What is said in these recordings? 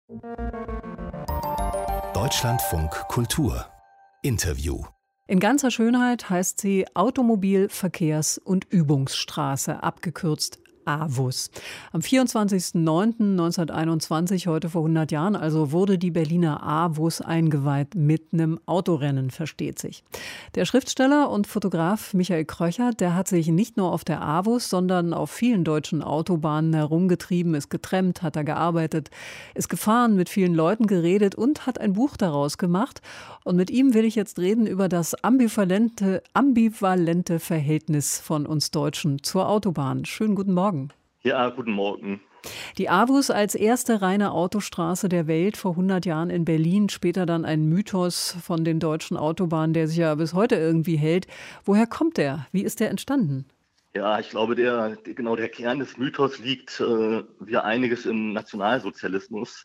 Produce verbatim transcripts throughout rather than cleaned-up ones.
Deutschlandfunk Kultur Interview. In ganzer Schönheit heißt sie Automobil-, Verkehrs- und Übungsstraße, abgekürzt A W U S. Am vierundzwanzigsten neunten neunzehnhunderteinundzwanzig, heute vor hundert Jahren, also wurde die Berliner A W U S eingeweiht mit einem Autorennen, versteht sich. Der Schriftsteller und Fotograf Michael Kröcher, der hat sich nicht nur auf der A W U S, sondern auf vielen deutschen Autobahnen herumgetrieben, ist getrennt, hat da gearbeitet, ist gefahren, mit vielen Leuten geredet und hat ein Buch daraus gemacht. Und mit ihm will ich jetzt reden über das ambivalente, ambivalente Verhältnis von uns Deutschen zur Autobahn. Schönen guten Morgen. Ja, guten Morgen. Die A W U S als erste reine Autostraße der Welt, vor hundert Jahren in Berlin, später dann ein Mythos von den deutschen Autobahnen, der sich ja bis heute irgendwie hält. Woher kommt der? Wie ist der entstanden? Ja, ich glaube, der, genau der Kern des Mythos liegt äh, wie einiges im Nationalsozialismus.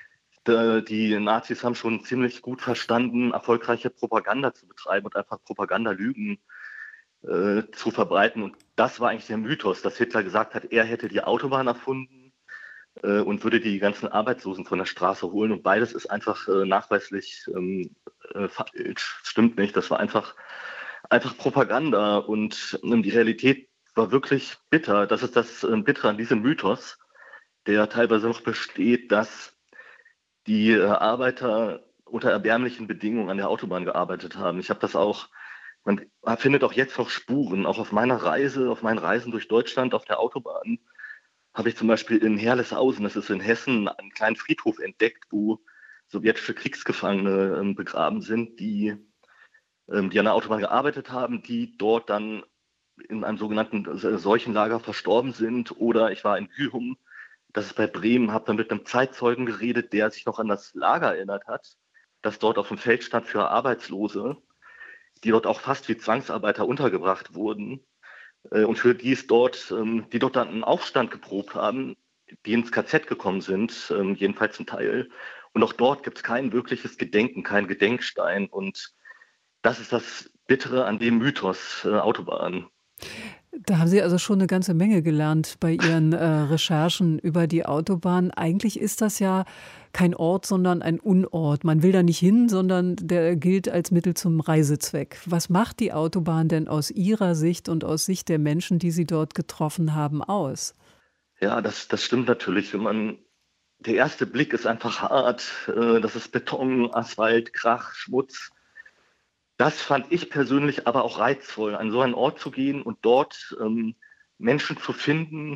De, die Nazis haben schon ziemlich gut verstanden, erfolgreiche Propaganda zu betreiben und einfach Propagandalügen äh, zu verbreiten. Und das war eigentlich der Mythos, dass Hitler gesagt hat, er hätte die Autobahn erfunden äh, und würde die ganzen Arbeitslosen von der Straße holen. Und beides ist einfach äh, nachweislich ähm, äh, falsch. Stimmt nicht. Das war einfach, einfach Propaganda. Und ähm, die Realität war wirklich bitter. Das ist das äh, Bittere an diesem Mythos, der teilweise noch besteht, dass die äh, Arbeiter unter erbärmlichen Bedingungen an der Autobahn gearbeitet haben. Ich habe das auch Man findet auch jetzt noch Spuren. Auch auf meiner Reise, auf meinen Reisen durch Deutschland auf der Autobahn, habe ich zum Beispiel in Herleshausen, das ist in Hessen, einen kleinen Friedhof entdeckt, wo sowjetische Kriegsgefangene ähm, begraben sind, die, ähm, die an der Autobahn gearbeitet haben, die dort dann in einem sogenannten Seuchenlager verstorben sind. Oder ich war in Hühum, das ist bei Bremen, habe dann mit einem Zeitzeugen geredet, der sich noch an das Lager erinnert hat, das dort auf dem Feld stand für Arbeitslose, die dort auch fast wie Zwangsarbeiter untergebracht wurden äh, und für die es dort, ähm, die dort dann einen Aufstand geprobt haben, die ins K Z gekommen sind, ähm, jedenfalls zum Teil. Und auch dort gibt es kein wirkliches Gedenken, kein Gedenkstein. Und das ist das Bittere an dem Mythos äh, Autobahn. Da haben Sie also schon eine ganze Menge gelernt bei Ihren äh, Recherchen über die Autobahn. Eigentlich ist das ja kein Ort, sondern ein Unort. Man will da nicht hin, sondern der gilt als Mittel zum Reisezweck. Was macht die Autobahn denn aus Ihrer Sicht und aus Sicht der Menschen, die Sie dort getroffen haben, aus? Ja, das, das stimmt natürlich. Wenn man, der erste Blick ist einfach hart. Äh, das ist Beton, Asphalt, Krach, Schmutz. Das fand ich persönlich aber auch reizvoll, an so einen Ort zu gehen und dort ähm, Menschen zu finden,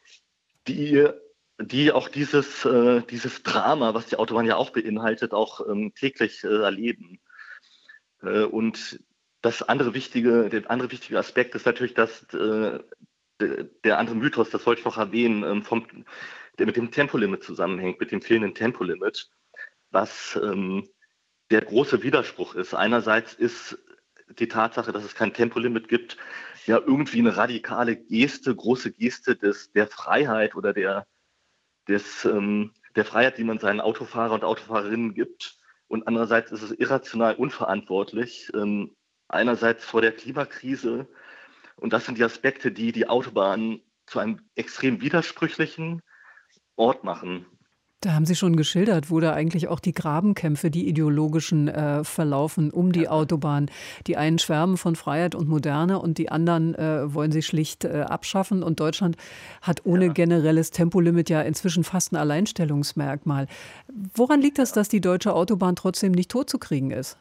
die, die auch dieses, äh, dieses Drama, was die Autobahn ja auch beinhaltet, auch ähm, täglich äh, erleben. Äh, und das andere wichtige, der andere wichtige Aspekt ist natürlich, dass äh, der, der andere Mythos, das wollte ich noch erwähnen, ähm, vom, der mit dem Tempolimit zusammenhängt, mit dem fehlenden Tempolimit, was ähm, der große Widerspruch ist. Einerseits ist die Tatsache, dass es kein Tempolimit gibt, ja irgendwie eine radikale Geste, große Geste des, der Freiheit oder der, des, ähm, der Freiheit, die man seinen Autofahrer und Autofahrerinnen gibt. Und andererseits ist es irrational unverantwortlich, ähm, einerseits vor der Klimakrise. Und das sind die Aspekte, die die Autobahn zu einem extrem widersprüchlichen Ort machen. Da haben Sie schon geschildert, wo da eigentlich auch die Grabenkämpfe, die ideologischen, äh, verlaufen um die Autobahn. Die einen schwärmen von Freiheit und Moderne und die anderen äh, wollen sie schlicht äh, abschaffen. Und Deutschland hat ohne ja. generelles Tempolimit ja inzwischen fast ein Alleinstellungsmerkmal. Woran liegt das, dass die deutsche Autobahn trotzdem nicht totzukriegen ist?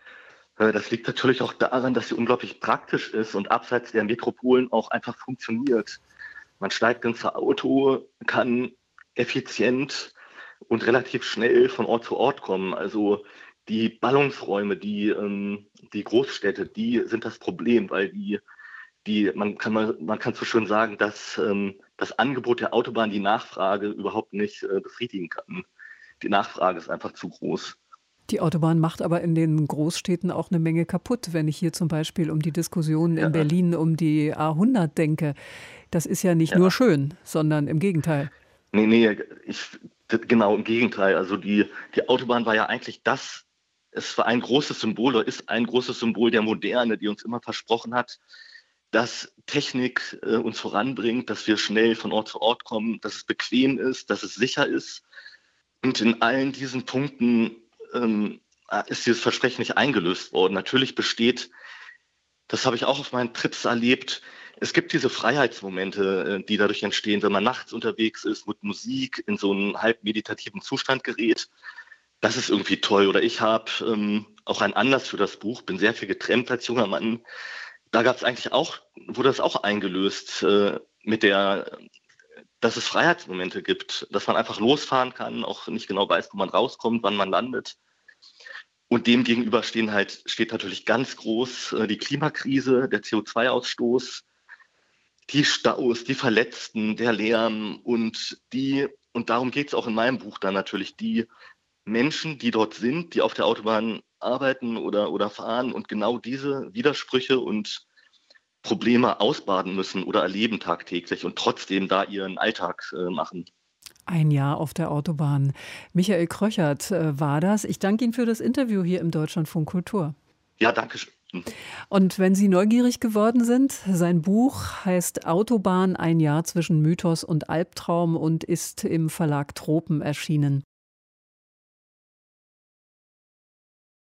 Das liegt natürlich auch daran, dass sie unglaublich praktisch ist und abseits der Metropolen auch einfach funktioniert. Man steigt ins Auto, kann effizient und relativ schnell von Ort zu Ort kommen. Also die Ballungsräume, die, ähm, die Großstädte, die sind das Problem, weil die, die man kann mal, man kann so schön sagen, dass ähm, das Angebot der Autobahn die Nachfrage überhaupt nicht äh, befriedigen kann. Die Nachfrage ist einfach zu groß. Die Autobahn macht aber in den Großstädten auch eine Menge kaputt. Wenn ich hier zum Beispiel um die Diskussionen in ja. Berlin um die A hundert denke, das ist ja nicht ja. nur schön, sondern im Gegenteil. Nee, nee, ich, genau im Gegenteil. Also die, die Autobahn war ja eigentlich das, es war ein großes Symbol, oder ist ein großes Symbol der Moderne, die uns immer versprochen hat, dass Technik äh, uns voranbringt, dass wir schnell von Ort zu Ort kommen, dass es bequem ist, dass es sicher ist. Und in allen diesen Punkten ähm, ist dieses Versprechen nicht eingelöst worden. Natürlich besteht, das habe ich auch auf meinen Trips erlebt, es gibt diese Freiheitsmomente, die dadurch entstehen, wenn man nachts unterwegs ist, mit Musik in so einen halb meditativen Zustand gerät. Das ist irgendwie toll. Oder ich habe ähm, auch einen Anlass für das Buch, bin sehr viel getrennt als junger Mann. Da gab es eigentlich auch, wurde das auch eingelöst äh, mit der, dass es Freiheitsmomente gibt, dass man einfach losfahren kann, auch nicht genau weiß, wo man rauskommt, wann man landet. Und dem gegenüber stehen halt, steht natürlich ganz groß äh, die Klimakrise, der C O zwei Ausstoß, die Staus, die Verletzten, der Lärm und die, und darum geht es auch in meinem Buch dann natürlich, die Menschen, die dort sind, die auf der Autobahn arbeiten oder, oder fahren und genau diese Widersprüche und Probleme ausbaden müssen oder erleben tagtäglich und trotzdem da ihren Alltag äh, machen. Ein Jahr auf der Autobahn. Michael Kröchert äh, war das. Ich danke Ihnen für das Interview hier im Deutschlandfunk Kultur. Ja, danke schön. Und wenn Sie neugierig geworden sind, sein Buch heißt Autobahn, ein Jahr zwischen Mythos und Albtraum und ist im Verlag Tropen erschienen.